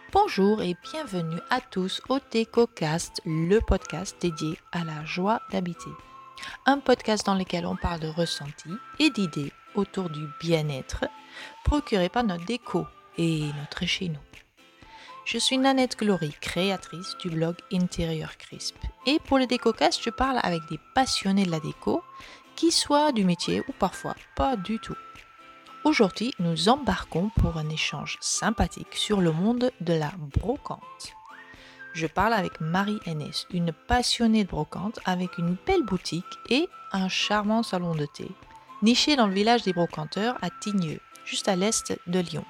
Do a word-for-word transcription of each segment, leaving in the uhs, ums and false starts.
Bonjour et bienvenue à tous au DécoCast, le podcast dédié à la joie d'habiter. Un podcast dans lequel on parle de ressentis et d'idées autour du bien-être procuré par notre déco et notre chez nous. Je suis Nanette Glory, créatrice du blog Intérieur Crisp. Et pour le DécoCast, je parle avec des passionnés de la déco, qui soient du métier ou parfois pas du tout. Aujourd'hui, nous embarquons pour un échange sympathique sur le monde de la brocante. Je parle avec Marie Enès, une passionnée de brocante avec une belle boutique et un charmant salon de thé, niché dans le village des brocanteurs à Tignieux, juste à l'est de Lyon.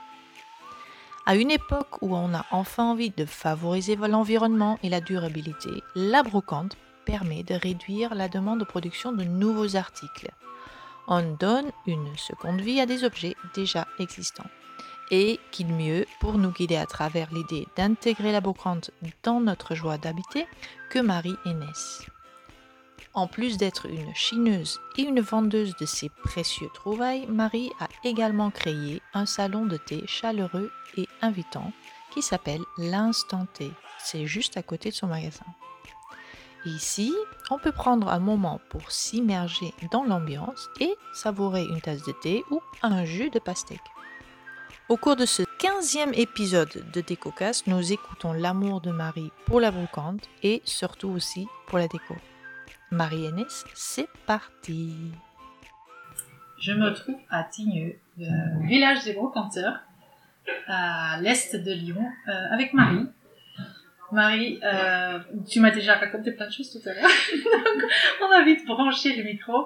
À une époque où on a enfin envie de favoriser l'environnement et la durabilité, la brocante permet de réduire la demande de production de nouveaux articles. On donne une seconde vie à des objets déjà existants. Et qui de mieux pour nous guider à travers l'idée d'intégrer la brocante dans notre joie d'habiter que Marie Enès. En plus d'être une chineuse et une vendeuse de ces précieux trouvailles, Marie a également créé un salon de thé chaleureux et invitant qui s'appelle l'Instant Thé. C'est juste à côté de son magasin. Ici, on peut prendre un moment pour s'immerger dans l'ambiance et savourer une tasse de thé ou un jus de pastèque. Au cours de ce quinzième épisode de DécoCast, nous écoutons l'amour de Marie pour la brocante et surtout aussi pour la déco. Marie Enès, c'est parti. Je me trouve à Tignieux, le village des brocanteurs, à l'est de Lyon, euh, avec Marie. Marie, euh, tu m'as déjà raconté plein de choses tout à l'heure. Donc, on a vite branché le micro.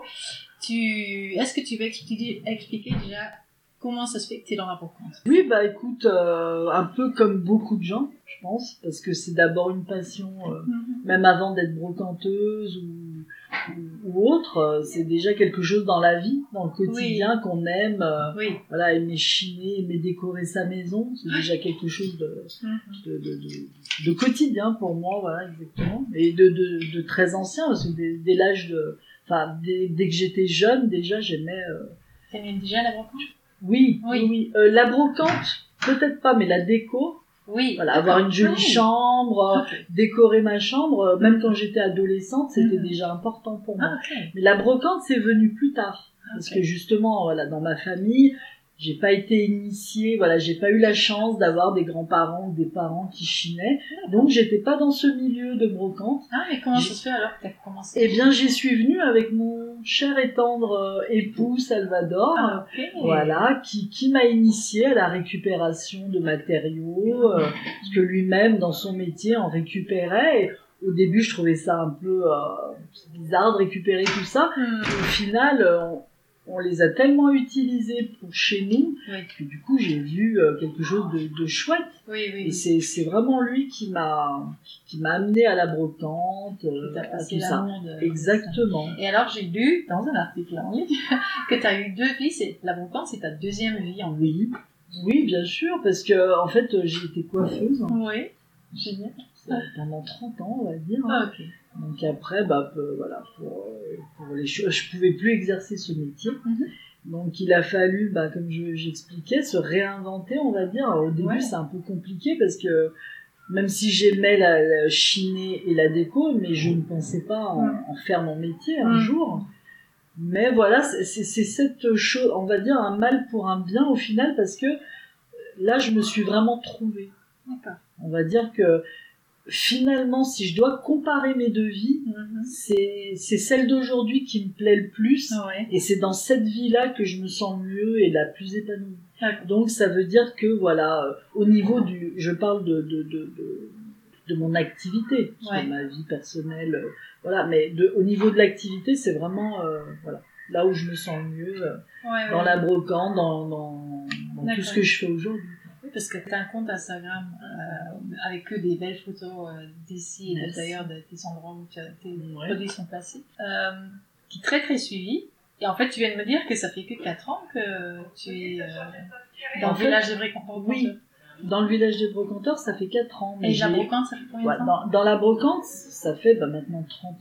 Tu, est-ce que tu veux expliquer, expliquer déjà comment ça se fait que tu es dans la brocante ? Oui, bah écoute, euh, un peu comme beaucoup de gens, je pense, parce que c'est d'abord une passion, euh, mm-hmm. même avant d'être brocanteuse ou, ou, ou autre, euh, c'est déjà quelque chose dans la vie, dans le quotidien, oui. qu'on aime, euh, oui. voilà, aimer chiner, aimer décorer sa maison, c'est déjà quelque chose de, mm-hmm. de, de, de, de quotidien pour moi, voilà, exactement, et de, de, de très ancien, parce que dès, dès l'âge de, enfin, dès, dès que j'étais jeune, déjà, j'aimais... Euh, T'aimais déjà la brocante ? Oui, oui, oui. Euh, la brocante, peut-être pas, mais la déco. Oui. Voilà, avoir une jolie oui. chambre, okay. décorer ma chambre. Même quand j'étais adolescente, c'était mmh. déjà important pour moi. Okay. Mais la brocante, c'est venu plus tard. Okay. Parce que justement, voilà, dans ma famille, j'ai pas été initiée, voilà, j'ai pas eu la chance d'avoir des grands-parents ou des parents qui chinaient. Donc, j'étais pas dans ce milieu de brocante. Ah, mais comment j'ai... ça se fait alors que t'as commencé ? Eh bien, j'y suis venue avec mon cher et tendre euh, époux Salvador, ah, okay. voilà, qui, qui m'a initiée à la récupération de matériaux, euh, parce que lui-même, dans son métier, en récupérait. Et au début, je trouvais ça un peu euh, bizarre de récupérer tout ça. Mm. Au final, on, on les a tellement utilisés pour chez nous oui. que du coup, j'ai vu euh, quelque chose de, de chouette. Oui, oui, et oui. c'est, c'est vraiment lui qui m'a, qui m'a amené à la brocante, euh, à tout ça. De... Exactement. Et alors, j'ai lu dans un article en ligne que tu as eu deux vies. C'est, la brocante, c'est ta deuxième vie en Oui, oui, bien sûr, parce que en fait, j'ai été coiffeuse. Oui, génial. Pendant trente ans, on va dire. Ah, ok. Donc après, bah, peu, voilà, pour, pour les choses, je pouvais plus exercer ce métier. Mm-hmm. Donc il a fallu, bah, comme je, j'expliquais, se réinventer, on va dire. Au début, ouais. c'est un peu compliqué parce que même si j'aimais la, la chiner et la déco, mais je ne pensais pas en, mm. en faire mon métier un mm. jour. Mais voilà, c'est, c'est, c'est cette chose, on va dire, un mal pour un bien au final, parce que là, je me suis vraiment trouvée. D'accord. On va dire que finalement, si je dois comparer mes deux vies, mm-hmm. c'est, c'est celle d'aujourd'hui qui me plaît le plus, ouais. et c'est dans cette vie-là que je me sens mieux et la plus épanouie. D'accord. Donc, ça veut dire que, voilà, euh, au niveau du, je parle de, de, de, de, de mon activité, parce ouais. que ma vie personnelle, euh, voilà, mais de, au niveau de l'activité, c'est vraiment, euh, voilà, là où je me sens mieux, euh, ouais, dans ouais. la brocante, dans, dans, dans tout ce que je fais aujourd'hui. Parce que tu as un compte Instagram euh, avec que des belles photos euh, d'ici et d'ailleurs de tes endroits où tu as, tes ouais. produits sont placés, euh, qui est très très suivi. Et en fait, tu viens de me dire que ça fait que quatre ans que tu es euh, dans en le fait, village des brocanteurs. Oui, dans le village des brocanteurs, ça fait quatre ans. Mais et j'ai... la brocante, ça fait combien de ouais, temps ? dans, dans la brocante, ça fait bah, maintenant trente ans.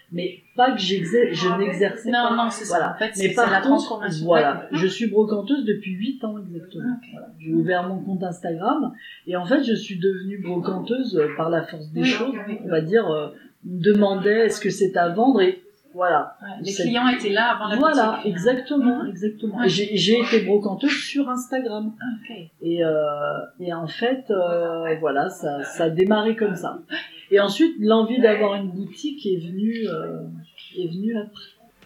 mais pas que j'exer- je n'exerçais non, pas. non, c'est ça. Voilà. En fait, Mais c'est, par c'est la contre, transformation. voilà, je suis brocanteuse depuis huit ans exactement. Okay. Voilà. J'ai ouvert mon compte Instagram et en fait, je suis devenue brocanteuse par la force des oui, choses. oui. On va dire, euh, on me demandait est-ce que c'est à vendre et voilà. Ouais, les C'est... clients étaient là avant la voilà, boutique. exactement, Mmh. exactement. Ouais. Et j'ai, j'ai été brocanteuse sur Instagram. Okay. Et, euh, et en fait, euh, voilà, ça, ça a démarré comme ça. Et ensuite, l'envie d'avoir une boutique est venue, euh, est venue après.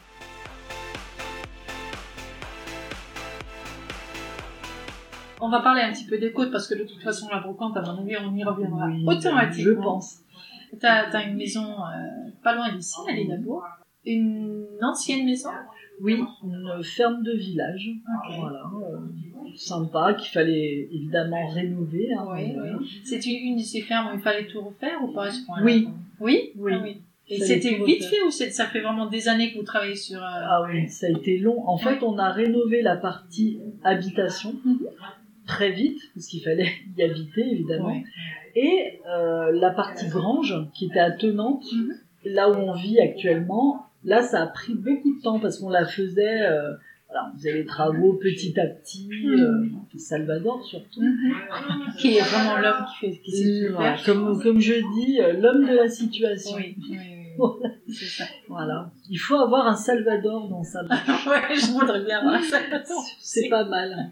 On va parler un petit peu des côtes parce que de toute façon, la brocante, à mon avis, on y reviendra Oui, automatiquement. je pense. T'as, t'as une maison euh, pas loin d'ici, à Lédabourg. Une ancienne maison. Oui, une ferme de village. Okay. Voilà, euh, sympa, qu'il fallait évidemment rénover. Hein, oui, voilà. oui. C'est une, une de ces fermes où il fallait tout refaire ou pas à ce point-là? Oui. Oui. Oui. Ah, oui. Et Fallait c'était tout vite refaire. fait ou c'est, ça fait vraiment des années que vous travaillez sur... Euh... Ah oui, ça a été long. En fait, on a rénové la partie habitation Mm-hmm. très vite, parce qu'il fallait y habiter, évidemment. Ouais. Et euh, la partie grange, qui était attenante, Mm-hmm. là où on vit actuellement, là, ça a pris beaucoup de temps, parce qu'on la faisait... Euh, voilà, on faisait les travaux petit à petit, euh, Salvador surtout. Mm-hmm. Qui est vraiment l'homme qui fait... Qui sait tout Voilà, faire. comme, comme je dis, euh, l'homme de la situation. Oui, oui, oui. Voilà. C'est ça. Voilà. Il faut avoir un Salvador dans sa main. Ouais, je voudrais bien avoir ça. C'est pas mal.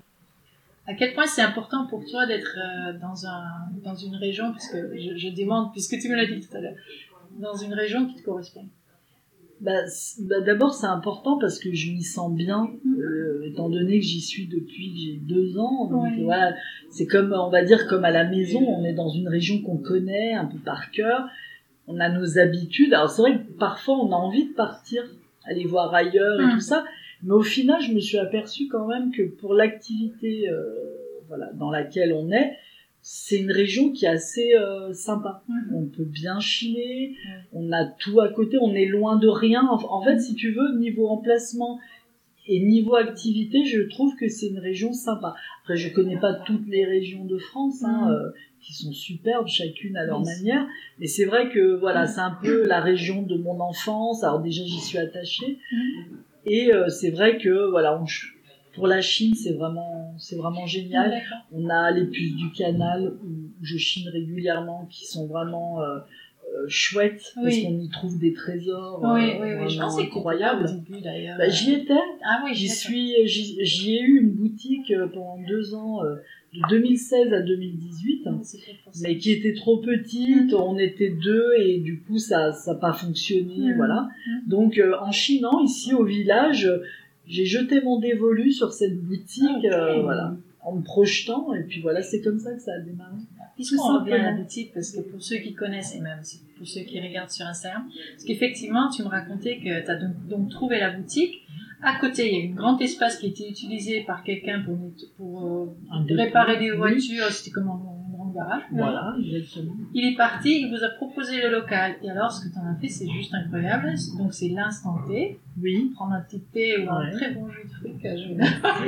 À quel point c'est important pour toi d'être euh, dans, un, dans une région, puisque je, je demande, puisque tu me l'as dit tout à l'heure, dans une région qui te correspond? Bah, bah, d'abord, c'est important parce que je m'y sens bien, euh, étant donné que j'y suis depuis que j'ai deux ans. Donc Ouais. voilà, c'est comme, on va dire, comme à la maison, on est dans une région qu'on connaît un peu par cœur. On a nos habitudes. Alors c'est vrai que parfois on a envie de partir, aller voir ailleurs et Mmh. tout ça, mais au final je me suis aperçue quand même que pour l'activité euh, voilà, dans laquelle on est, c'est une région qui est assez euh, sympa. Mmh. On peut bien chiller, Mmh. on a tout à côté, on est loin de rien. En, en fait, si tu veux, niveau emplacement et niveau activité, je trouve que c'est une région sympa. Après, je connais pas toutes les régions de France, hein, Mmh. euh, qui sont superbes, chacune à leur Oui. manière. Mais c'est vrai que voilà, c'est un peu la région de mon enfance. Alors déjà, j'y suis attachée. Mmh. Et euh, c'est vrai que voilà, on, pour la Chine, c'est vraiment, c'est vraiment génial. D'accord. On a les puces du canal où je chine régulièrement, qui sont vraiment euh, euh, chouettes parce Oui. qu'on y trouve des trésors Oui, euh, oui, oui. Je vraiment pensais que tu étais là incroyables. au début d'ailleurs. Bah, j'y étais. Ah oui, J'y d'accord. suis, j'y, j'y ai eu une boutique euh, pendant deux ans, euh, de deux mille seize à deux mille dix-huit, Ah, c'est fait pour ça. mais qui était trop petite. On était deux et du coup ça, ça a pas fonctionné, Mhm. voilà. Mhm. Donc euh, en chinant ici au village, euh, j'ai jeté mon dévolu sur cette boutique, Ok. euh, voilà, en me projetant et puis voilà, c'est comme ça que ça a démarré. Puisqu'on Tout revient à la simplement. boutique, parce que pour ceux qui connaissent, et même pour ceux qui regardent sur Instagram, parce qu'effectivement, tu me racontais que tu as donc, donc trouvé la boutique. À côté, il y avait un grand espace qui était utilisé par quelqu'un pour, pour euh, Un dépôt, réparer des oui. voitures. C'était comme un, un grand garage. Voilà, exactement. Il est parti, il vous a proposé le local. Et alors, ce que tu en as fait, c'est juste incroyable. Donc, c'est l'instant T. Oui. Prendre un petit thé ou un Ouais. très bon jus de fruits que je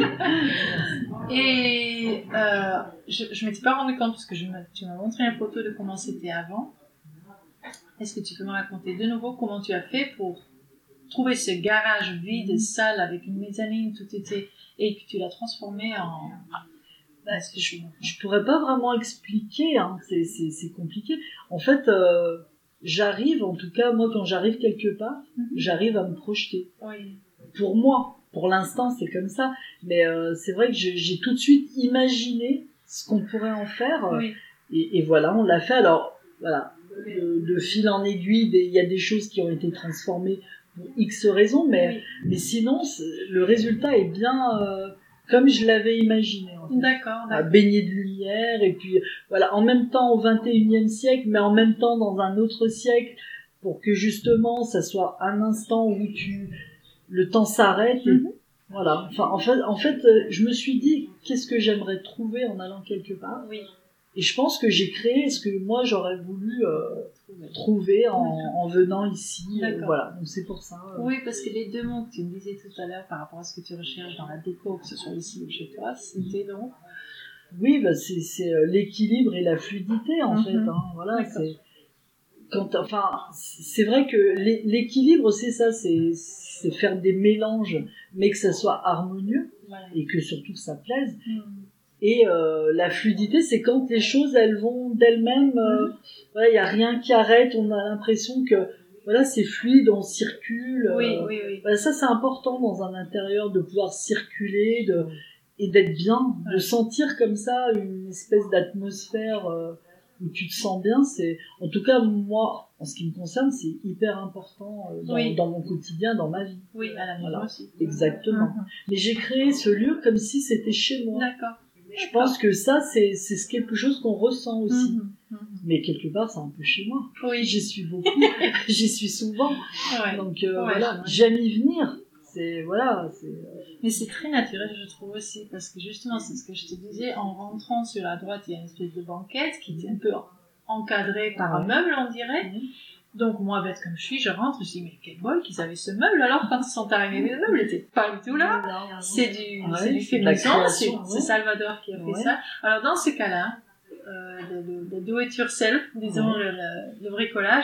Et euh, je, je m'étais pas rendu compte parce que je me, tu m'as montré une photo de comment c'était avant. Est-ce que tu peux me raconter de nouveau comment tu as fait pour trouver ce garage vide, sale, avec une mezzanine, tout était, et que tu l'as transformé en... Bah, je, je pourrais pas vraiment expliquer, hein. c'est, c'est, c'est compliqué. En fait, euh, j'arrive, en tout cas, moi, quand j'arrive quelque part, Mhm. j'arrive à me projeter. Oui. Pour moi, pour l'instant, c'est comme ça. Mais euh, c'est vrai que j'ai, j'ai tout de suite imaginé ce qu'on pourrait en faire. euh, Oui. Et, et voilà, on l'a fait. Alors, voilà, de, de fil en aiguille, des- il y a des choses qui ont été transformées pour X raisons, mais, Oui. mais sinon, c'est- le résultat est bien euh, comme je l'avais imaginé. En fait. D'accord, À d'accord. baigner de lumière, et puis voilà, en même temps au vingt et unième siècle, mais en même temps dans un autre siècle, pour que justement ça soit un instant où tu le temps s'arrête. Et, Mhm. voilà. Enfin, en fait, en fait, euh, je me suis dit qu'est-ce que j'aimerais trouver en allant quelque part. Oui. Et je pense que j'ai créé ce que moi j'aurais voulu euh, trouver en, en venant ici. euh, D'accord. voilà, donc c'est pour ça. euh. Oui, parce que les deux mots que tu me disais tout à l'heure par rapport à ce que tu recherches dans la déco, que ce soit ici ou chez toi, c'était donc... Oui, bah c'est, c'est euh, l'équilibre et la fluidité en Mhm. fait. Hein, voilà, D'accord. c'est quand, enfin, c'est vrai que l'équilibre, c'est ça, c'est, c'est faire des mélanges, mais que ça soit harmonieux, Voilà. et que surtout ça plaise. Mm. Et euh, la fluidité, c'est quand les choses, elles vont d'elles-mêmes, euh, Mm. voilà, il y a rien qui arrête, on a l'impression que, voilà, c'est fluide, on circule. Oui, euh, oui, oui. voilà, ça, c'est important dans un intérieur, de pouvoir circuler, de, et d'être bien, Ouais. de sentir comme ça une espèce d'atmosphère euh, où tu te sens bien. C'est, en tout cas, moi, en ce qui me concerne, c'est hyper important euh, dans, Oui. dans mon quotidien, dans ma vie. Oui, à la maison Voilà. aussi. Exactement. Mhm. Mais j'ai créé ce lieu comme si c'était chez moi. D'accord. Je pense que ça, c'est, c'est quelque chose qu'on ressent aussi. Mhm. Mhm. Mais quelque part, c'est un peu chez moi. Oui. J'y suis beaucoup, j'y suis souvent. Ouais. Donc euh, Ouais, voilà, ouais. j'aime y venir. C'est voilà, c'est. euh, Mais c'est très naturel, je trouve aussi, parce que justement, c'est ce que je te disais, en rentrant sur la droite, il y a une espèce de banquette qui est un peu encadrée par un Ouais. meuble, on dirait. Donc moi, bête comme je suis, je rentre, je me dis, mais quel bol qu'ils avaient ce meuble, alors quand ils sont arrivés, le meuble n'était pas du tout là. Non, C'est du, Ouais, c'est du c'est de la féminin, c'est création, c'est ouais. Salvador qui a fait Ouais. ça. Alors dans ce cas-là, euh, le, le, le do it yourself, disons Ouais. le, le, le bricolage,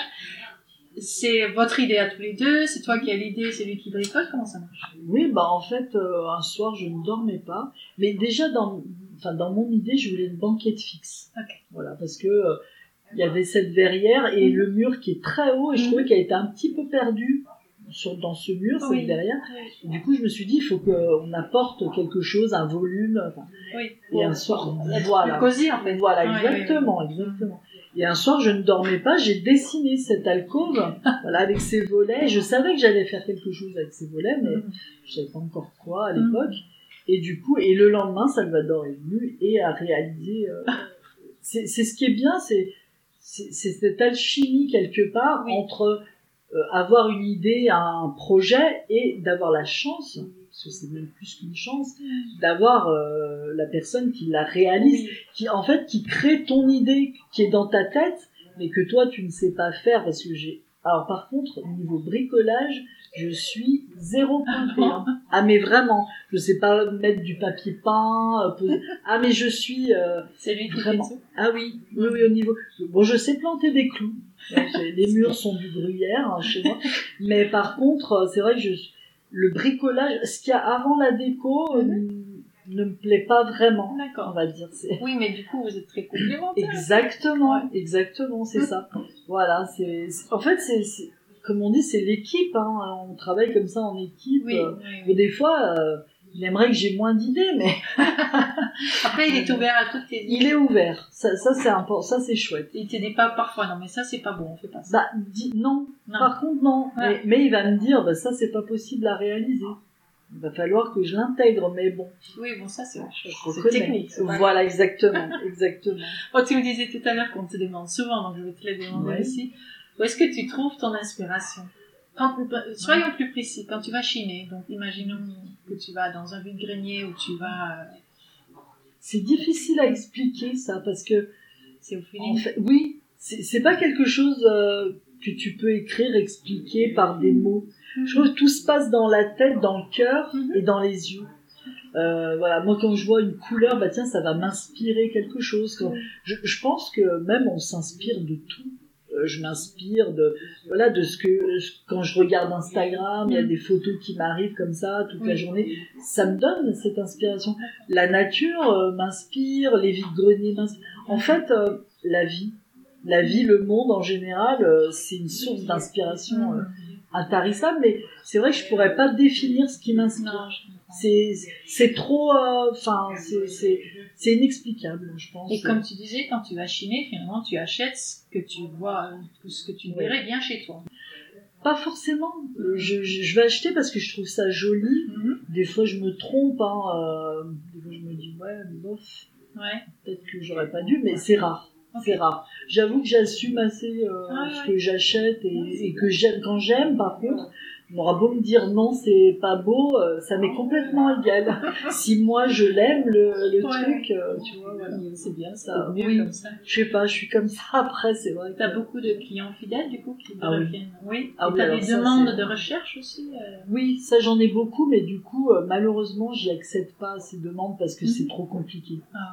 c'est votre idée à tous les deux, c'est toi qui as l'idée, c'est lui qui bricole, comment ça marche? Oui, bah en fait, euh, un soir, je ne dormais pas. Mais déjà, dans, enfin, dans mon idée, je voulais une banquette fixe. Ok. Voilà, parce que euh, il y avait cette verrière et Mhm. le mur qui est très haut, et je Mhm. trouvais qu'elle était un petit peu perdue sur, dans ce mur, cette Oui. verrière. Oui. Et du coup, je me suis dit, il faut qu'on apporte quelque chose, un volume. Enfin, Oui. et un soir, Être voilà. plus cosy en fait. Voilà, Ouais, exactement, ouais, ouais. exactement. Et un soir, je ne dormais pas, j'ai dessiné cette alcôve, voilà, avec ses volets. Je savais que j'allais faire quelque chose avec ses volets, mais Mhm. je savais pas encore quoi à l'époque. Et du coup, et le lendemain, Salvador est venu et a réalisé. Euh, c'est, c'est ce qui est bien, c'est, c'est, c'est cette alchimie quelque part Oui. entre euh, avoir une idée, un projet, et d'avoir la chance, parce que c'est même plus qu'une chance, d'avoir euh, la personne qui la réalise, Oui. qui en fait qui crée ton idée qui est dans ta tête, mais que toi tu ne sais pas faire, parce que j'ai. Alors par contre, au niveau bricolage, je suis zéro pointé. Hein. Ah mais vraiment, je sais pas mettre du papier peint, euh, poser... ah mais je suis euh, C'est lui qui vraiment. fait tout. Ah oui, oui, oui, au niveau. Bon, je sais planter des clous. Ouais, j'ai- les murs sont du gruyère hein, chez moi, mais par contre, euh, c'est vrai que je le bricolage, ce qu'il y a avant la déco, euh, ne me plaît pas vraiment. On D'accord. va dire c'est. Oui, mais du coup, vous êtes très complémentaires. Exactement, Ouais. exactement, c'est ça. Voilà, c'est, c'est- en fait, c'est, c'est, comme on dit, c'est l'équipe, hein. On travaille comme ça en équipe. Oui, Euh, oui, mais oui. des fois, euh, il aimerait que j'ai moins d'idées, mais Après, il est ouvert à toutes tes idées. il est ouvert. Ça, ça c'est important, ça c'est chouette. Il te dit pas parfois, non, mais ça, c'est pas bon, on fait pas ça. Bah, dis, non. Non. Par contre, non. Ouais. Mais, mais il va me dire, bah, ça c'est pas possible à réaliser. Il va falloir que je l'intègre, mais bon. Oui, bon, ça, c'est Je c'est reconnais. technique. c'est pas- Voilà, exactement, exactement. Oh, tu me disais tout à l'heure qu'on te demande souvent, donc je vais te le demander Ouais. aussi. Où est-ce que tu trouves ton inspiration? Quand, soyons plus précis, quand tu vas chiner, donc imaginons que tu vas dans un vide-grenier où tu vas... euh, C'est difficile à expliquer ça, parce que c'est au en feeling. fait, oui, c'est, c'est pas quelque chose euh, que tu peux écrire, expliquer par des mots. Je trouve que tout se passe dans la tête, dans le cœur Mhm. et dans les yeux. Euh, voilà, moi quand je vois une couleur, bah tiens, ça va m'inspirer quelque chose. Quand- je, je pense que même on s'inspire de tout. Euh, je m'inspire de voilà de ce que quand je regarde Instagram, il y a Mhm. des photos qui m'arrivent comme ça toute la Oui. journée. Ça me donne cette inspiration. La nature euh, m'inspire, les vides-greniers m'inspirent. En fait, euh, la vie, la vie, le monde en général, euh, c'est une source d'inspiration euh, intarissable. Mais c'est vrai que je pourrais pas définir ce qui m'inspire. Non, je comprends. C'est c'est trop, enfin c'est c'est c'est inexplicable, je pense. Et comme tu disais, quand tu vas chiner, finalement, tu achètes ce que tu vois, euh, ce que tu Ouais. verrais bien chez toi. Pas forcément. Euh, Je, je je vais acheter parce que je trouve ça joli. Mhm. Des fois je me trompe, hein. euh, des fois je me dis ouais bof, Ouais. peut-être que j'aurais pas dû, mais c'est rare. Ok. C'est rare. J'avoue que j'assume assez euh, Ah, ce ouais. que j'achète et, et que j'aime. Quand j'aime, par contre, on aura beau me dire non, c'est pas beau, euh, ça m'est complètement égal. Si moi je l'aime, le, le Ouais. truc, euh, tu vois, voilà. C'est bien, c'est Ça, mieux oui. comme ça. Je sais pas, je suis comme ça après, c'est vrai. que- T'as beaucoup de clients fidèles, du coup, qui te Ah oui. reviennent. Oui. Ah Et oui, t'as alors des ça, demandes c'est- de recherche aussi. euh, Oui, ça j'en ai beaucoup, mais du coup, euh, malheureusement, j'y accède pas à ces demandes parce que Mhm. c'est trop compliqué. Ah, ok.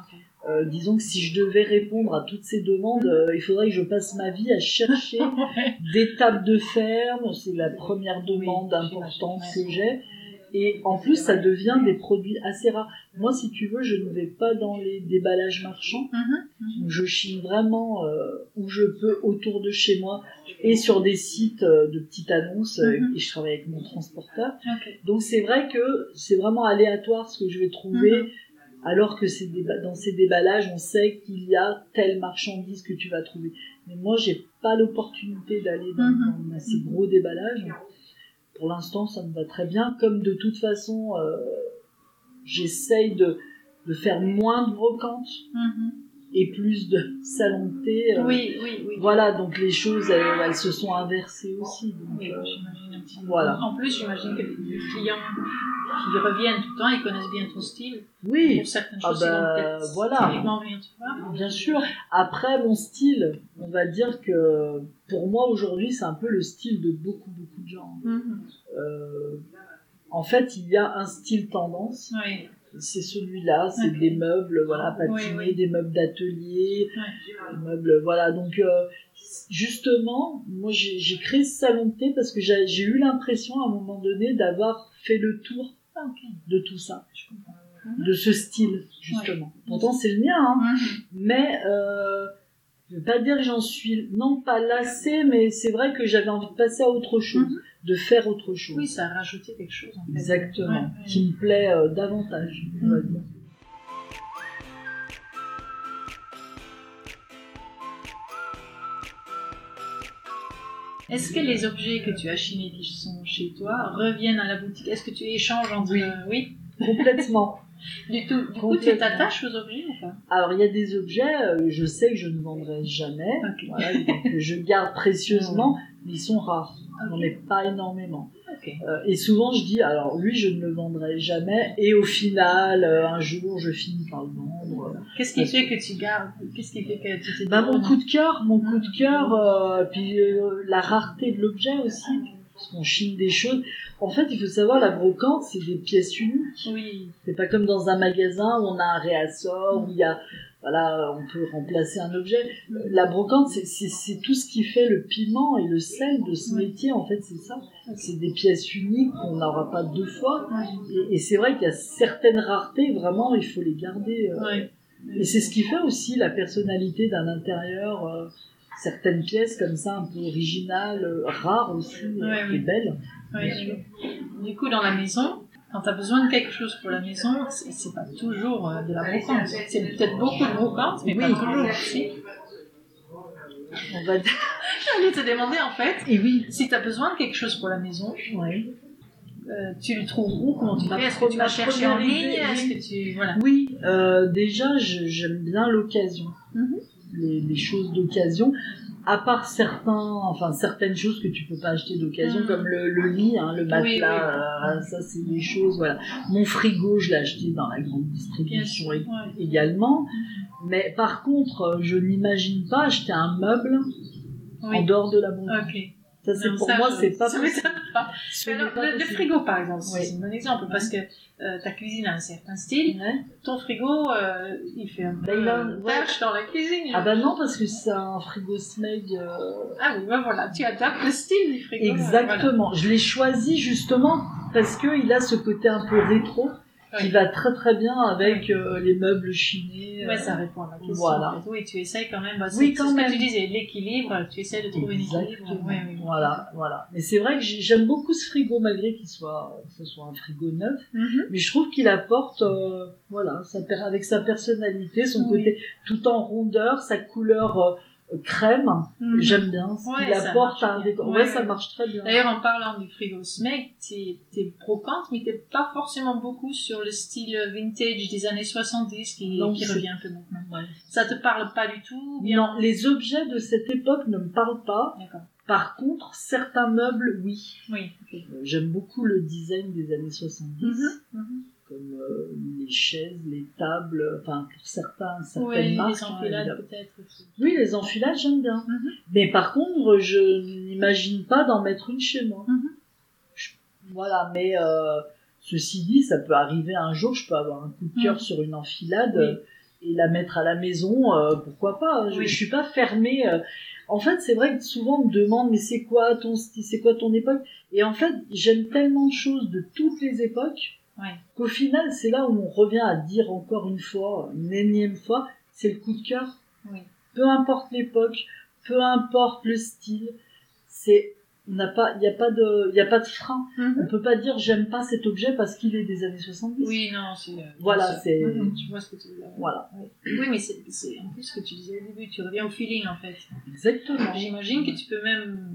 Euh, disons que si je devais répondre à toutes ces demandes, euh, il faudrait que je passe ma vie à chercher des tables de ferme. C'est la première demande Oui, importante j'imagine. que j'ai. Et en plus, ça devient des produits assez rares. Moi, si tu veux, je ne vais pas dans les déballages marchands. Mhm. Je chine vraiment euh, où je peux autour de chez moi et sur des sites euh, de petites annonces euh, Mhm. et je travaille avec mon transporteur. Ok. Donc c'est vrai que c'est vraiment aléatoire ce que je vais trouver. Mhm. Alors que c'est déba- dans ces déballages, on sait qu'il y a telle marchandise que tu vas trouver. Mais moi, j'ai pas l'opportunité d'aller dans, Mhm. dans ces gros déballages. Pour l'instant, ça me va très bien. Comme de toute façon, euh, j'essaye de, de faire moins de brocantes Mhm. et plus de salon de thé. euh, Oui, oui, oui. Voilà, donc les choses, elles, elles se sont inversées aussi. Donc, Oui, euh, j'imagine un petit peu. voilà. En plus, j'imagine que les clients qui reviennent tout le temps, ils connaissent bien ton style. oui, Pour certaines Ah choses, ils bah, vont peut-être voilà. typiquement venir te voir. bien sûr. Après, mon style, on va dire que pour moi aujourd'hui, c'est un peu le style de beaucoup, beaucoup de gens. Mhm. Euh, en fait, il y a un style tendance. Oui. C'est celui-là, c'est Ok. des meubles, voilà, patinés, Oui, oui. des meubles d'atelier, Ouais. des meubles, voilà. Donc, euh, justement, moi, j'ai, j'ai créé ce salon de thé parce que j'ai, j'ai eu l'impression, à un moment donné, d'avoir fait le tour Ah, ok. de tout ça, Je comprends. Mhm. de ce style, justement. Pourtant, c'est le mien, hein. Mhm. Mais, euh, je veux pas dire que j'en suis, non pas lassée, mais c'est vrai que j'avais envie de passer à autre chose, Mhm. de faire autre chose. Oui, ça a rajouté quelque chose. En fait. Exactement. Ouais, ouais. Qui me plaît euh, davantage, on va dire. Est-ce que les objets que tu as chinés qui sont chez toi reviennent à la boutique? Est-ce que tu échanges entre... Oui. euh, oui. Complètement. Du, tout, du coup, tu Complètement. t'attaches aux objets ou pas? Alors, il y a des objets, euh, je sais que je ne vendrai jamais, Ok. voilà, donc, que je garde précieusement, mais ils sont rares. J'en ai Ok. pas énormément. Ok. Euh, et souvent, je dis, alors lui, je ne le vendrai jamais, et au final, euh, un jour, je finis par le vendre. Qu'est-ce qui fait que tu gardes? Qu'est-ce qui fait que tu t'es dit, Bah, mon oh, coup de cœur, mon coup de Mhm. cœur, euh, puis euh, la rareté de l'objet aussi, parce qu'on chine des choses. En fait, il faut savoir, la brocante, c'est des pièces uniques. Oui. C'est pas comme dans un magasin où on a un réassort, où il y a, voilà, on peut remplacer un objet. Euh, La brocante, c'est, c'est, c'est tout ce qui fait le piment et le sel de ce Oui. métier, en fait, c'est ça. Ok. C'est des pièces uniques qu'on n'aura pas deux fois. Ouais. Et, et c'est vrai qu'il y a certaines raretés, vraiment, il faut les garder. euh. Ouais. Et c'est ce qui fait aussi la personnalité d'un intérieur. euh, certaines pièces comme ça, un peu originales, euh, rares aussi, euh, Ouais, et oui. belles. Ouais, Bien sûr. Du coup, dans la maison, quand tu as besoin de quelque chose pour la maison, c'est, c'est pas toujours euh, de la brocante. C'est peut-être beaucoup de brocante, mais Oui. pas toujours. Si. On va dire. J'allais te demander en fait, Et oui. si tu as besoin de quelque chose pour la maison, Oui. euh, tu le trouves où? Comment tu Ma fais? Est-ce que tu vas première- chercher en première ligne? idée, Est-ce oui. que tu... Voilà. Oui, euh, déjà, je- j'aime bien l'occasion. Mhm. Les, les choses d'occasion. À part certains, enfin, certaines choses que tu peux pas acheter d'occasion, Mhm. comme le, le lit, hein, le matelas, Oui, oui. euh, ça, c'est des choses, voilà. Mon frigo, je l'ai acheté dans la grande distribution Bien ég- sûr, ouais. également. Mais par contre, euh, je n'imagine pas acheter un meuble Oui. en dehors de la brocante. Ok. Ça, c'est Non, pour ça, moi, je- c'est pas ça possible. m'étonne pas. Ce Mais n'est alors, pas le, le possible. frigo, par exemple, Oui. c'est un bon exemple, parce que euh, ta cuisine a un certain style. Ouais. Ton frigo, euh, il fait un peu Bah, il a- euh, ouais. tâche dans la cuisine. Ah bah non, parce que c'est un frigo Smeg. euh, Ah oui, bah voilà, tu adaptes le style du frigo. euh, Exactement. Je l'ai choisi justement parce que il a ce côté un peu rétro qui Oui. va très très bien avec euh, les meubles chinés. voilà. Ouais, euh, ça répond à ma question. Voilà. En fait. Oui, tu essayes quand même. Bah, c'est, Oui, c'est quand ce même. que tu disais, l'équilibre, tu essaies de trouver l'équilibre. Exactement. Ouais, oui. Voilà, voilà. Mais c'est vrai que j'ai- j'aime beaucoup ce frigo malgré qu'il soit, que ce soit un frigo neuf, Mhm. mais je trouve qu'il apporte, euh, voilà, sa per- avec sa personnalité, son Oui. côté tout en rondeur, sa couleur euh, crème. Mhm. J'aime bien ce Ouais, qu'il ça apporte marche à un bien. décor. Ouais, Ouais, ça ouais. marche très bien. D'ailleurs, en parlant du frigo Smeg, t'es, t'es brocante, mais t'es pas forcément beaucoup sur le style vintage des années soixante-dix qui, Non, qui c'est- revient un peu maintenant. Ouais. Ça te parle pas du tout? Bien... Non, les objets de cette époque ne me parlent pas. D'accord. Par contre, certains meubles, oui. Oui. ok. Euh, J'aime beaucoup le design des années soixante-dix, Mhm, mhm. comme euh, les chaises, les tables, enfin pour certains, certaines Ouais, marques. les hein, enfilades évidemment. peut-être aussi. Oui, les enfilades, j'aime bien. Mhm. Mais par contre, je n'imagine pas d'en mettre une chez moi. Mhm. Je- Voilà, mais euh, ceci dit, ça peut arriver un jour, je peux avoir un coup de cœur Mhm. sur une enfilade. Oui. euh, et la mettre à la maison, euh, pourquoi pas. Je, oui. je suis pas fermée. Euh. En fait, c'est vrai que souvent on me demande mais c'est quoi ton style, c'est quoi ton époque? Et en fait, j'aime tellement de choses de toutes les époques ouais. qu'au final, c'est là où on revient à dire encore une fois, une énième fois, c'est le coup de cœur. Oui. Peu importe l'époque, peu importe le style, c'est on n'a pas, il y a pas de, il y a pas de frein. Mm-hmm. On peut pas dire j'aime pas cet objet parce qu'il est des années soixante-dix. Oui, non, c'est. Euh, voilà, c'est. Mm-hmm. Tu vois ce que tu veux dire. Voilà. Oui, oui mais c'est, c'est en plus ce que tu disais au début, tu reviens au feeling en fait. Exactement. J'imagine que tu peux même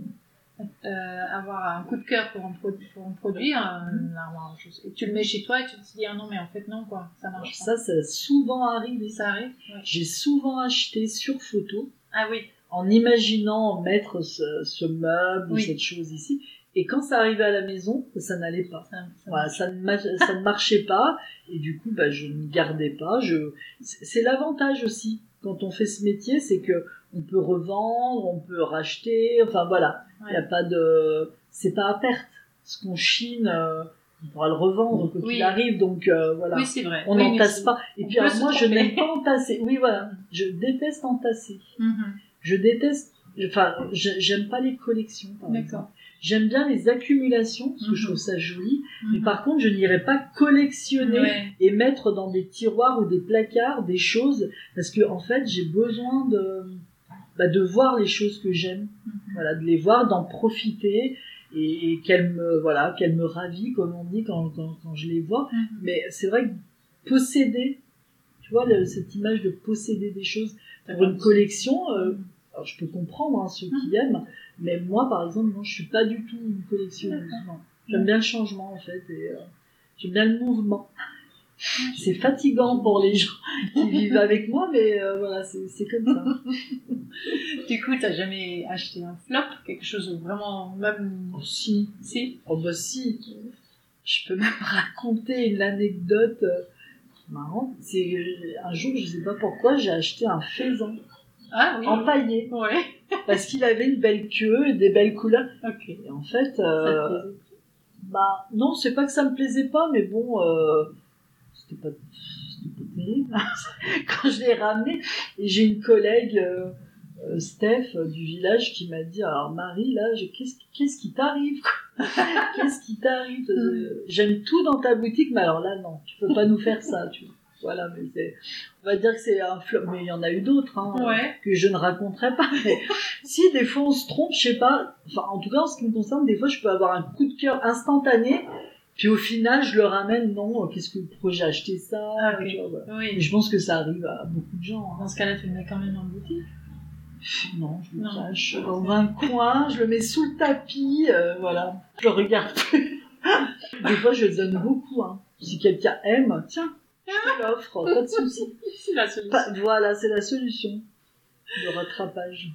euh, avoir un coup de cœur pour un, pro- pour un produit, un, mm-hmm. un, un, et tu le mets chez toi et tu te dis ah non mais en fait non quoi, ça marche pas. Ça, ça a souvent arrivé. Ça arrive. Ouais. J'ai souvent acheté sur photo. Ah oui. En imaginant mettre ce, ce meuble, oui. cette chose ici. Et quand ça arrivait à la maison, ça n'allait pas. Ça, ça, voilà, ça, ne, ça ne marchait pas. Et du coup, bah, je ne gardais pas. Je... C'est l'avantage aussi quand on fait ce métier, c'est que on peut revendre, on peut racheter. Enfin voilà, il ouais. y a pas de, c'est pas à perte. Ce qu'on chine, euh, on pourra le revendre quoi oui. qu'il arrive. Donc euh, voilà, oui, c'est vrai. on oui, n'entasse pas. Et puis alors, moi, je n'aime pas entasser. Oui voilà, je déteste entasser. Mm-hmm. Je déteste. Enfin, j'aime pas les collections. Par D'accord. exemple. J'aime bien les accumulations, parce que mm-hmm. je trouve ça joli, mm-hmm. mais par contre, je n'irais pas collectionner ouais. et mettre dans des tiroirs ou des placards des choses, parce que en fait, j'ai besoin de, bah, de voir les choses que j'aime, mm-hmm. voilà, de les voir, d'en profiter, et, et qu'elles me, voilà, qu'elles me ravit, comme on dit quand, quand, quand je les vois. Mm-hmm. Mais c'est vrai que posséder, tu vois, le, cette image de posséder des choses pour une collection, euh, alors je peux comprendre hein, ceux qui aiment, mais moi par exemple non, je suis pas du tout une collectionneuse. Non. J'aime bien le changement en fait et euh, j'aime bien le mouvement. C'est fatigant pour les gens qui vivent avec moi, mais euh, voilà, c'est, c'est comme ça. Du coup, t'as jamais acheté un flop, quelque chose vraiment même. Oh si. Si. Oh bah si. Je peux même raconter une anecdote euh, marrante. C'est euh, un jour, je sais pas pourquoi, j'ai acheté un faisan. Ah oui. Empaillé. Ouais. Parce qu'il avait une belle queue et des belles couleurs. Ok. Et en fait, euh, bah non, c'est pas que ça me plaisait pas, mais bon, euh, c'était pas, c'était pas terrible. Quand je l'ai ramené, et j'ai une collègue, euh, euh, Steph euh, du village, qui m'a dit, alors Marie, là, je, qu'est-ce, qu'est-ce qui t'arrive quoi? Qu'est-ce qui t'arrive euh, J'aime tout dans ta boutique, mais alors là, non, tu peux pas nous faire ça, tu vois. Voilà, mais c'est, on va dire que c'est un flop, mais il y en a eu d'autres, hein, ouais. que je ne raconterai pas. Mais si des fois on se trompe, je sais pas, enfin, en tout cas, en ce qui me concerne, des fois, je peux avoir un coup de cœur instantané, puis au final, je le ramène, non, qu'est-ce que, pourquoi j'ai acheté ça, ah, okay. tu vois, voilà. Oui. Et je pense que ça arrive à beaucoup de gens. Dans ce cas-là, tu le mets quand même en boutique? Non, je le cache dans un coin, je le mets sous le tapis, euh, voilà, je le regarde plus. Des fois, je le donne beaucoup, hein. Si quelqu'un aime, tiens, je te l'offre, pas de souci. C'est la solution. Pas, voilà, c'est la solution. Le rattrapage.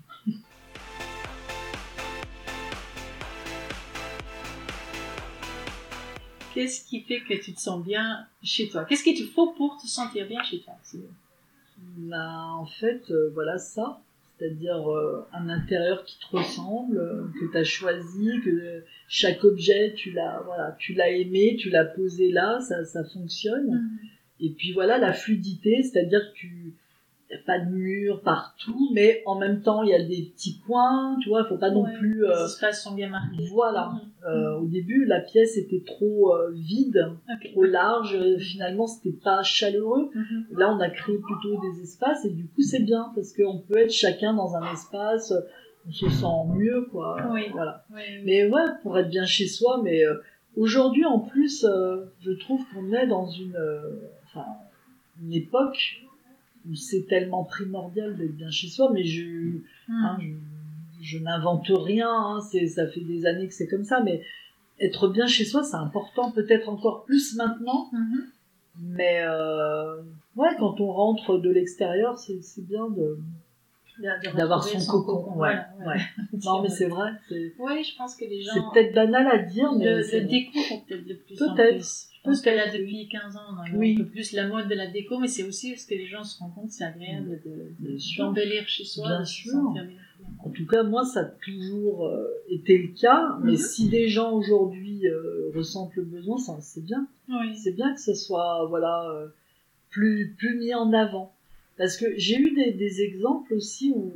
Qu'est-ce qui fait que tu te sens bien chez toi? Qu'est-ce qu'il te faut pour te sentir bien chez toi? Bah, en fait, euh, voilà ça. C'est-à-dire euh, un intérieur qui te ressemble, euh, que tu as choisi, que euh, chaque objet, tu l'as, voilà, tu l'as aimé, tu l'as posé là, ça, ça fonctionne. Mmh. Et puis voilà, la fluidité, c'est-à-dire que tu y a pas de mur partout, mais en même temps, il y a des petits coins, tu vois, il faut pas ouais, non plus... Euh, les espaces sont bien marqués. Voilà. Mmh. Euh, mmh. Au début, la pièce était trop euh, vide, okay. trop large, finalement, c'était pas chaleureux. Mmh. Là, on a créé plutôt des espaces, et du coup, c'est bien, parce qu'on peut être chacun dans un espace, on se sent mieux, quoi. Oui. Voilà. Oui, oui. Mais ouais, pour être bien chez soi, mais euh, aujourd'hui, en plus, euh, je trouve qu'on est dans une... Euh, enfin, une époque où c'est tellement primordial d'être bien chez soi, mais je, mmh. hein, je, je n'invente rien, hein, c'est, ça fait des années que c'est comme ça, mais être bien chez soi, c'est important, peut-être encore plus maintenant, mmh. mais euh, ouais, quand on rentre de l'extérieur, c'est, c'est bien de, de d'avoir son, son cocon. cocon. Ouais, ouais. ouais. Non, mais c'est vrai. C'est... Oui, je pense que les gens... C'est peut-être banal à dire, mais... Le, le déco, peut-être de plus peut-être. en plus. Je pense que là, depuis quinze ans, on a oui. un peu plus la mode de la déco, mais c'est aussi parce que les gens se rendent compte que c'est agréable de, de, d'embellir chez soi. Bien sûr. En tout cas, moi, ça a toujours euh, été le cas, mais mm-hmm. si des gens aujourd'hui euh, ressentent le besoin, ça, c'est bien. Oui. C'est bien que ce soit voilà, euh, plus, plus mis en avant. Parce que j'ai eu des, des exemples aussi où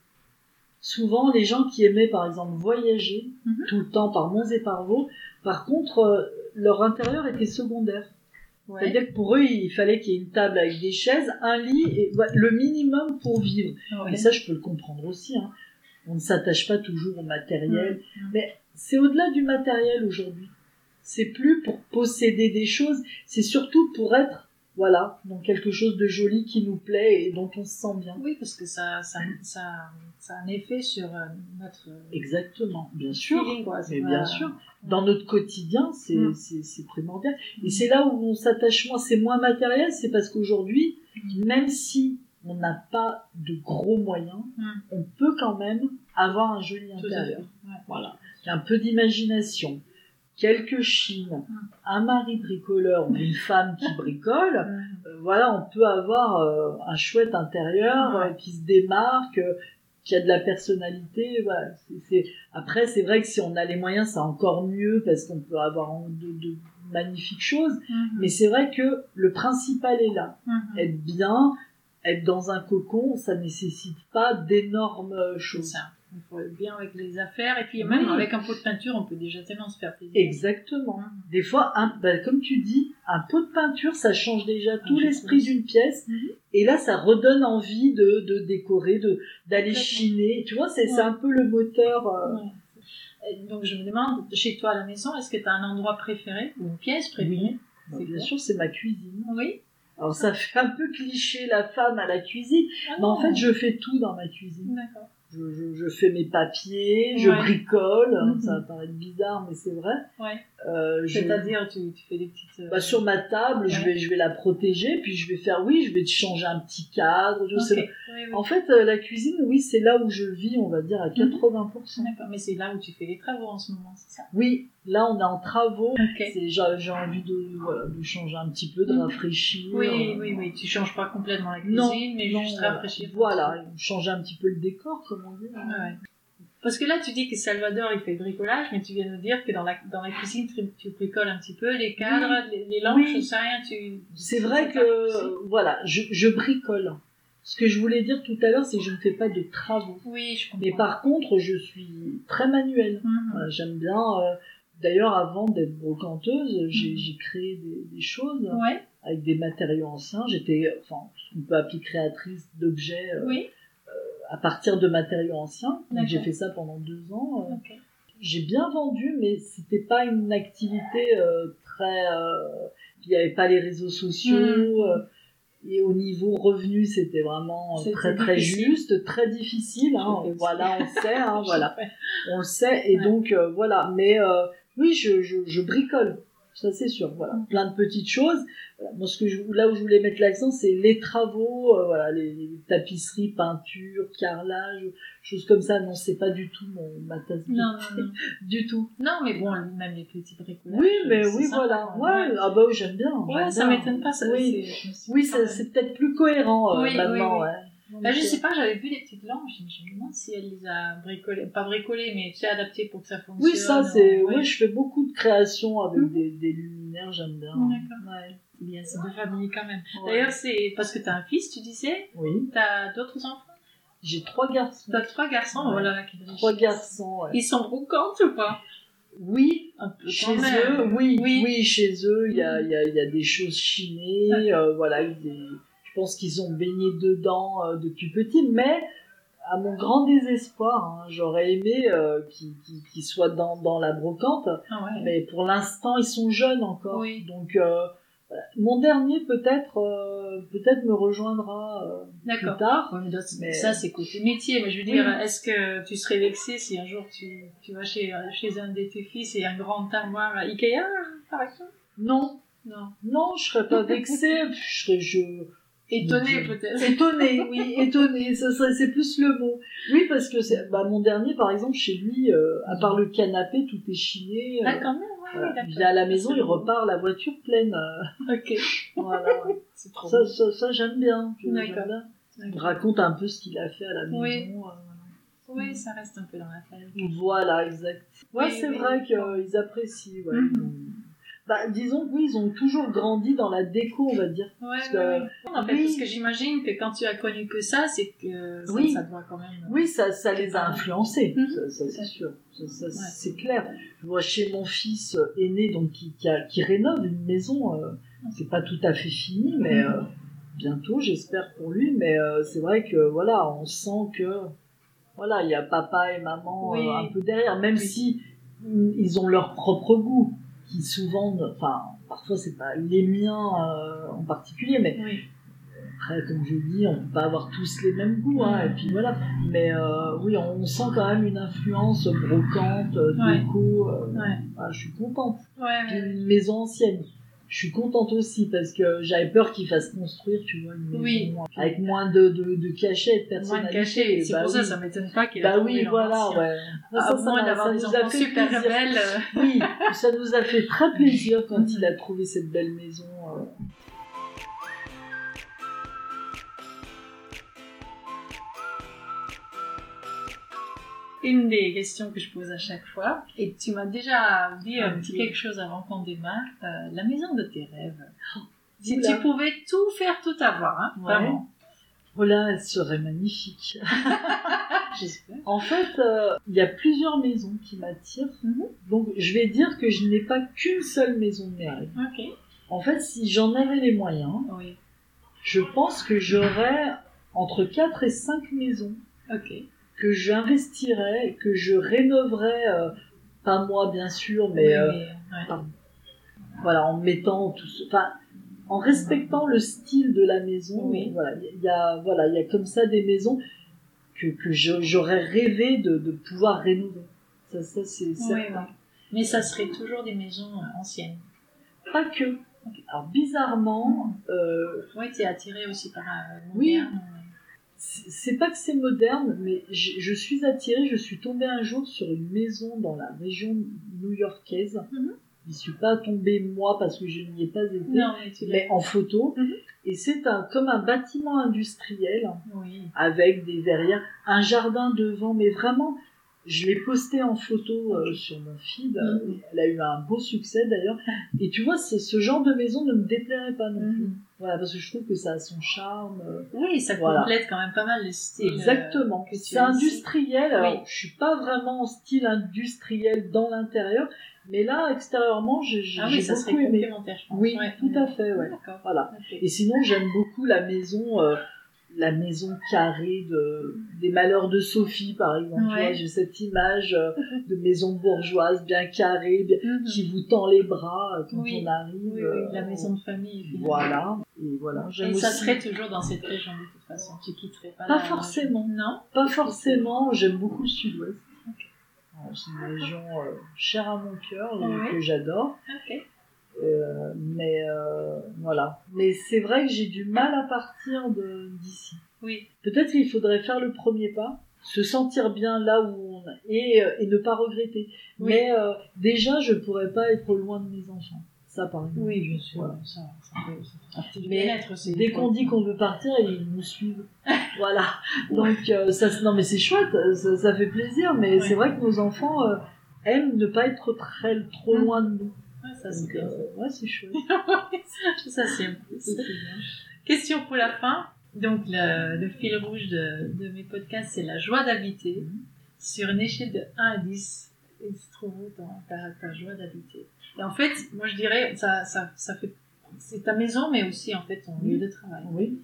souvent les gens qui aimaient par exemple voyager mm-hmm. tout le temps par monts et par vaux, par contre euh, leur intérieur était secondaire. Ouais. C'est-à-dire que pour eux il fallait qu'il y ait une table avec des chaises, un lit et ouais, le minimum pour vivre. Ouais. Et ça je peux le comprendre aussi. Hein. On ne s'attache pas toujours au matériel, mmh. mais c'est au-delà du matériel aujourd'hui. C'est plus pour posséder des choses, c'est surtout pour être, voilà, dans quelque chose de joli qui nous plaît et dont on se sent bien. Oui, parce que ça, ça, ça, ça a un effet sur notre. Exactement, bien sûr. Feeling, quoi, mais pas... bien sûr. Dans notre quotidien, c'est, mmh. c'est, c'est primordial. Mmh. Et c'est là où on s'attache moins, c'est moins matériel, c'est parce qu'aujourd'hui, mmh. même si on n'a pas de gros moyens, mmh. on peut quand même avoir un joli Tout intérieur. Ouais. Voilà. Un peu d'imagination, quelques chines, mmh. un mari bricoleur ou une femme qui bricole, mmh. euh, voilà, on peut avoir euh, un chouette intérieur mmh. euh, qui se démarque, euh, qui a de la personnalité. Voilà. C'est, c'est... Après, c'est vrai que si on a les moyens, c'est encore mieux parce qu'on peut avoir de, de magnifiques choses. Mmh. Mais c'est vrai que le principal est là. Mmh. Être bien, être dans un cocon, ça nécessite pas d'énormes choses. C'est ça. Il faut être bien avec les affaires. Et puis même oui. avec un pot de peinture, on peut déjà tellement se faire plaisir. Exactement. Mmh. Des fois, un, bah, comme tu dis, un pot de peinture, ça change déjà tout ah, l'esprit d'une pièce. Mmh. Et là, ça redonne envie de, de décorer, de, d'aller chiner. Tu vois, c'est, ouais. c'est un peu le moteur. Euh... Ouais. Donc je me demande, chez toi à la maison, est-ce que tu as un endroit préféré ou une pièce préférée? Oui. Bah, bien sûr, c'est ma cuisine. Oui. Alors ça fait un peu cliché la femme à la cuisine, ah mais en fait je fais tout dans ma cuisine. D'accord. Je, je, je fais mes papiers, ouais. je bricole, mm-hmm. ça va paraître bizarre mais c'est vrai. Ouais. Euh, C'est-à-dire tu, tu fais des petites... Euh... Bah, sur ma table, ouais. je, vais, je vais la protéger, puis je vais faire, oui, je vais te changer un petit cadre. Je okay. sais oui, oui. En fait, euh, la cuisine, oui, c'est là où je vis, on va dire, à quatre-vingts pour cent. D'accord, mais c'est là où tu fais les travaux en ce moment, c'est ça? Oui, là on est en travaux, okay. c'est, j'ai, j'ai envie de, voilà, de changer un petit peu, de rafraîchir. Oui, euh... oui, oui, tu changes pas complètement la cuisine, non, mais non, juste rafraîchir. Voilà, changer un petit peu le décor, comme on dit. Ouais. Parce que là, tu dis que Salvador, il fait le bricolage, mais tu viens de dire que dans la, dans la cuisine, tu, tu bricoles un petit peu, les cadres, oui. les, les lampes, oui. je sais rien, tu... C'est vrai que, euh, voilà, je, je bricole. Ce que je voulais dire tout à l'heure, c'est que je ne fais pas de travaux. Oui, je comprends. Mais par contre, je suis très manuelle. Mm-hmm. Voilà, j'aime bien... Euh, d'ailleurs, avant d'être brocanteuse, mm-hmm. j'ai, j'ai créé des, des choses ouais. avec des matériaux anciens. J'étais, enfin, ce qu'on peut appeler créatrice d'objets... Euh, oui. à partir de matériaux anciens. Donc j'ai fait ça pendant deux ans. Okay. J'ai bien vendu, mais c'était pas une activité euh, très... Euh, il n'y avait pas les réseaux sociaux. Mmh. Euh, et au niveau revenu, c'était vraiment c'était très très difficile. juste, très difficile. Hein, voilà, on le sait. Hein, voilà, on le sait. Et ouais. donc euh, voilà. Mais euh, oui, je, je, je bricole. Ça c'est sûr, voilà, mmh. plein de petites choses. Voilà. Moi, ce que je, là où je voulais mettre l'accent, c'est les travaux, euh, voilà, les, les tapisseries, peintures, carrelage, choses comme ça. Non, c'est pas du tout mon ma tasse de non, non, non. du tout. Non, mais bon, même les petits bricolages. Oui, mais oui, voilà. Ouais, ouais, ah bah oui, j'aime bien. Ouais, j'aime ça bien. m'étonne pas. Ça, oui, c'est, oui, ça, c'est peut-être plus cohérent euh, oui, maintenant. Oui, oui. Ouais. Bah, je sais pas, j'avais vu les petites lampes, je me demande si elle les a bricolées, pas bricolées, mais tu sais, adaptées pour que ça fonctionne. Oui, ça, c'est, ouais. oui, je fais beaucoup de créations avec mmh. des, des luminaires, j'aime bien. D'accord. Ouais. C'est bien, c'est de famille quand même. Ouais. D'ailleurs, c'est parce que t'as un fils, tu disais? Oui. T'as d'autres enfants? J'ai trois garçons. T'as trois garçons? Ouais. Voilà, quelle richesse. Trois garçons, ouais. Ils sont brocantes ou pas? Oui, un peu chez eux, oui, oui, oui, chez eux, il y a, il y a, il y a des choses chinées, euh, voilà, il y a des... Je pense qu'ils ont baigné dedans euh, depuis petit, mais à mon grand désespoir, hein, j'aurais aimé euh, qu'ils, qu'ils, qu'ils soient dans, dans la brocante, ah ouais. mais pour l'instant ils sont jeunes encore. Oui. Donc euh, mon dernier peut-être euh, peut-être me rejoindra euh, D'accord. plus tard. Ouais, mais mais... Ça c'est côté métier, mais je veux dire, oui. Est-ce que tu serais vexé si un jour tu, tu vas chez, chez un de tes fils et un grand armoire à Ikea par exemple? Non. Non. Non, je serais pas vexée, je serais je étonné peut-être. Étonné, oui, étonné, ça serait, c'est plus le mot. Oui, parce que c'est, bah, mon dernier, par exemple, chez lui, euh, à part le canapé, tout est chiné. Euh, ah, quand même, ouais, voilà. D'accord. Il vient à la maison, il repart la voiture pleine. Euh, ok. Voilà. C'est trop ça, bon. ça, ça, j'aime bien. D'accord. J'aime bien. D'accord. Il raconte un peu ce qu'il a fait à la maison. Oui. Euh, voilà. Oui, ça reste un peu dans la famille. Voilà, exact. Ouais, oui, c'est oui, vrai oui. qu'ils apprécient, ouais. Mm-hmm. Bah, disons que oui, ils ont toujours grandi dans la déco, on va dire. Ouais, Parce ouais, que- ouais. En fait, oui. parce que j'imagine que quand tu as connu que ça, c'est que ça, Oui. ça doit quand même... Oui, ça, ça les a influencés, Mhm. ça, ça, c'est sûr, ça, ça, Ouais. c'est clair. Je vois chez mon fils aîné, donc qui, qui, a, qui rénove une maison, euh, c'est pas tout à fait fini, mais euh, bientôt, j'espère pour lui. Mais euh, c'est vrai que voilà, on sent que voilà, il y a papa et maman Oui. euh, un peu derrière, même Oui. si mm, ils ont leur propre goût, qui souvent, enfin, parfois c'est pas les miens euh, en particulier, mais Oui. après, comme je dis, on peut pas avoir tous les mêmes goûts, hein, et puis voilà. Mais euh, oui, on, on sent quand même une influence brocante, euh, Ouais. déco. Euh, Ouais. voilà, je suis contente. Ouais, Puis ouais. une maison ancienne. Je suis contente aussi parce que j'avais peur qu'ils fassent construire, tu vois, une maison Oui. avec moins de, de, de cachets, de Moins personnalité. de cachet. C'est Bah pour oui. ça, ça m'étonne pas qu'il a Bah trouvé oui, leur voilà, ancien. ouais. Ça, À ça, ça moins m'a- d'avoir ça des nous a enfants fait super plaisir. rebelles. euh, Oui, ça nous a fait très plaisir quand Mhm. il a trouvé cette belle maison. euh. Une des questions que je pose à chaque fois, et tu m'as déjà dit un Ah, petit oui. quelque chose avant qu'on démarre, euh, la maison de tes rêves. Si Oula. tu pouvais tout faire, tout avoir, hein, Ouais. vraiment. Oh là, elle serait magnifique. J'espère. En fait, euh, il y a plusieurs maisons qui m'attirent. Mhm. Donc, je vais dire que je n'ai pas qu'une seule maison de mes rêves. Ok. En fait, si j'en avais les moyens, Oui. je pense que j'aurais entre quatre et cinq maisons Ok. que j'investirais, que je rénoverais, euh, pas moi bien sûr, mais Oui, euh, mais, ouais. par- voilà, en mettant tout ce... Enfin, en respectant le style de la maison. Oui. Voilà, il y a, voilà, il y a comme ça des maisons que, que je- j'aurais rêvé de, de pouvoir rénover. Ça, ça c'est Oui, certain. oui. Mais ça serait toujours des maisons euh, anciennes. Pas que. Alors bizarrement, euh, Oui, tu es attirée aussi par un Oui. moderne. c'est c'est pas que c'est moderne, mais je, je suis attirée, je suis tombée un jour sur une maison dans la région new-yorkaise. Mhm. Je n'y suis pas tombée moi parce que je n'y ai pas été, Non, mais tu l'as. mais en photo. Mhm. Et c'est un, comme un bâtiment industriel Oui. avec des verrières, un jardin devant, mais vraiment, je l'ai posté en photo euh, sur mon feed. Mhm. Elle a eu un beau succès d'ailleurs. Et tu vois, ce, ce genre de maison ne me déplairait pas non plus. Mhm. Voilà, parce que je trouve que ça a son charme. euh, Oui, ça Voilà. complète quand même pas mal le style. euh, Exactement. que tu C'est as ici. industriel. Alors, Oui. je suis pas vraiment en style industriel dans l'intérieur, mais là, extérieurement, j'ai j'ai Ah oui, ça beaucoup serait aimé. complémentaire, je pense. Oui, Ouais. tout à fait, ouais. D'accord. Voilà. Ok. Et sinon, j'aime beaucoup la maison, euh, la maison carrée de des Malheurs de Sophie, par exemple. Tu Ouais. vois, j'ai cette image euh, de maison bourgeoise, bien carrée, bien- Mhm. qui vous tend les bras euh, quand Oui. on arrive. Oui, oui, euh, la maison de famille. finalement. Voilà. Et voilà. J'aime Et ça aussi- serait toujours dans cette région de toute façon. Tu quitterais pas. Pas la- forcément. Non. Pas forcément, j'aime beaucoup le sud-ouest. Ok. Alors, c'est une région euh, chère à mon cœur, et Oui. que j'adore. Ok. Euh, mais euh, voilà. Mais c'est vrai que j'ai du mal à partir de, d'ici. Oui. Peut-être qu'il faudrait faire le premier pas, se sentir bien là où on est et, euh, et ne pas regretter. Oui. Mais euh, déjà, je pourrais pas être loin de mes enfants. Ça, par exemple. Oui, bien sûr. Voilà. Ça, ça fait, ça fait partie du Mais bien-être aussi. Dès qu'on dit qu'on veut partir, ils nous suivent. Voilà. Donc, euh, ça, non, mais c'est chouette, ça, ça fait plaisir, mais Ouais. c'est vrai que nos enfants euh, aiment ne pas être très, trop Mm. loin de nous. Ouais, ça, c'est Donc, bien. euh, ouais, c'est chouette. Ça, c'est un peu. Ça, c'est bien. Question pour la fin. Donc, le, le fil rouge de, de mes podcasts, c'est la joie d'habiter. Mhm. Sur une échelle de un à dix, il se trouve où dans ta, ta joie d'habiter. Et en fait, moi, je dirais, ça, ça, ça fait, c'est ta maison, mais aussi, en fait, ton Mhm. lieu de travail. Oui.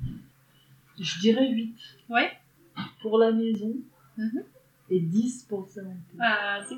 Je dirais huit Ouais. pour la maison Mhm. et dix pour le salon de thé. Ah, c'est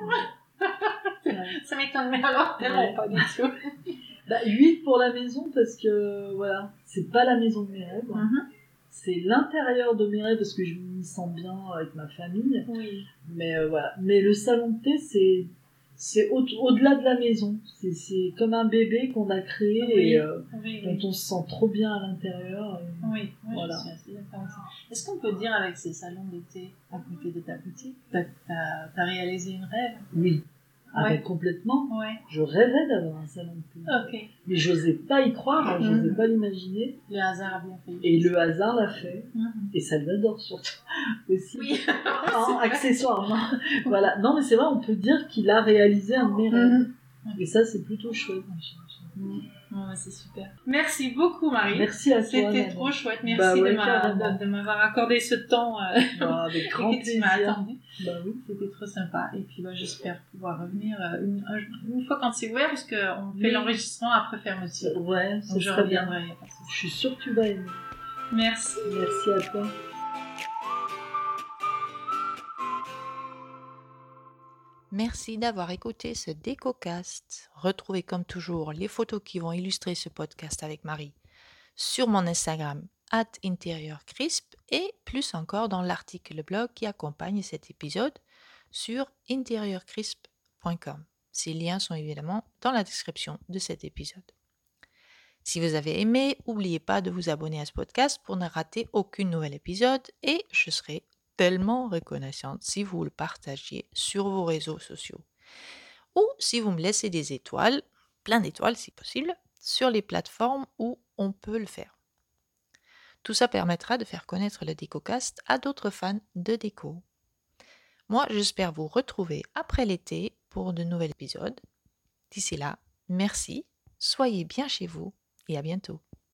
bien. Ouais. Ça m'étonne, mais alors, tellement Ouais. pas du tout. Bah, huit pour la maison parce que, voilà, c'est pas la maison de mes rêves. Mhm. C'est l'intérieur de mes rêves parce que je m'y sens bien avec ma famille. Oui. Mais euh, voilà. Mais le salon de thé, c'est c'est au- au-delà de la maison. C'est c'est comme un bébé qu'on a créé Oui. et euh, Oui, dont oui. on se sent trop bien à l'intérieur. et- Oui, moi Voilà. je suis assez d'accord avec ça. Est-ce qu'on peut dire avec ces salons d'été à côté de ta boutique, t'as, t'as, t'as réalisé une rêve? Oui. Ah, Ouais. ben, complètement. Ouais. Je rêvais d'avoir un salon de thé. Ok. Mais j'osais pas y croire, hein, j'osais Mhm. pas l'imaginer. Le hasard a bien fait. Et le hasard l'a fait. Mhm. Et Salvador surtout aussi. Oui. En accessoirement. Voilà. Non, mais c'est vrai, on peut dire qu'il a réalisé un de mes rêves. Mhm. Et ça, c'est plutôt chouette. Mmh. Ouais, c'est super. Merci beaucoup, Marie. Merci à toi. C'était trop chouette. Merci bah ouais, de, m'a, de, de m'avoir accordé ce temps euh, bah, avec grand et que tu m'as plaisir. attendu. Bah oui. C'était trop sympa. Et puis bah, j'espère pouvoir revenir euh, une, une fois quand c'est ouvert, parce qu'on fait oui. l'enregistrement après fermeture. Ouais, ça donc je serait bien. reviendrai. Je suis sûre que tu vas aimer. Merci. Merci à toi. Merci d'avoir écouté ce DécoCast. Retrouvez comme toujours les photos qui vont illustrer ce podcast avec Marie sur mon Instagram arobase intérieurcrisp et plus encore dans l'article blog qui accompagne cet épisode sur intérieur crisp point com. Ces liens sont évidemment dans la description de cet épisode. Si vous avez aimé, n'oubliez pas de vous abonner à ce podcast pour ne rater aucun nouvel épisode et je serai tellement reconnaissante si vous le partagiez sur vos réseaux sociaux ou si vous me laissez des étoiles, plein d'étoiles si possible, sur les plateformes où on peut le faire. Tout ça permettra de faire connaître le DécoCast à d'autres fans de déco. Moi, j'espère vous retrouver après l'été pour de nouveaux épisodes. D'ici là, merci, soyez bien chez vous et à bientôt.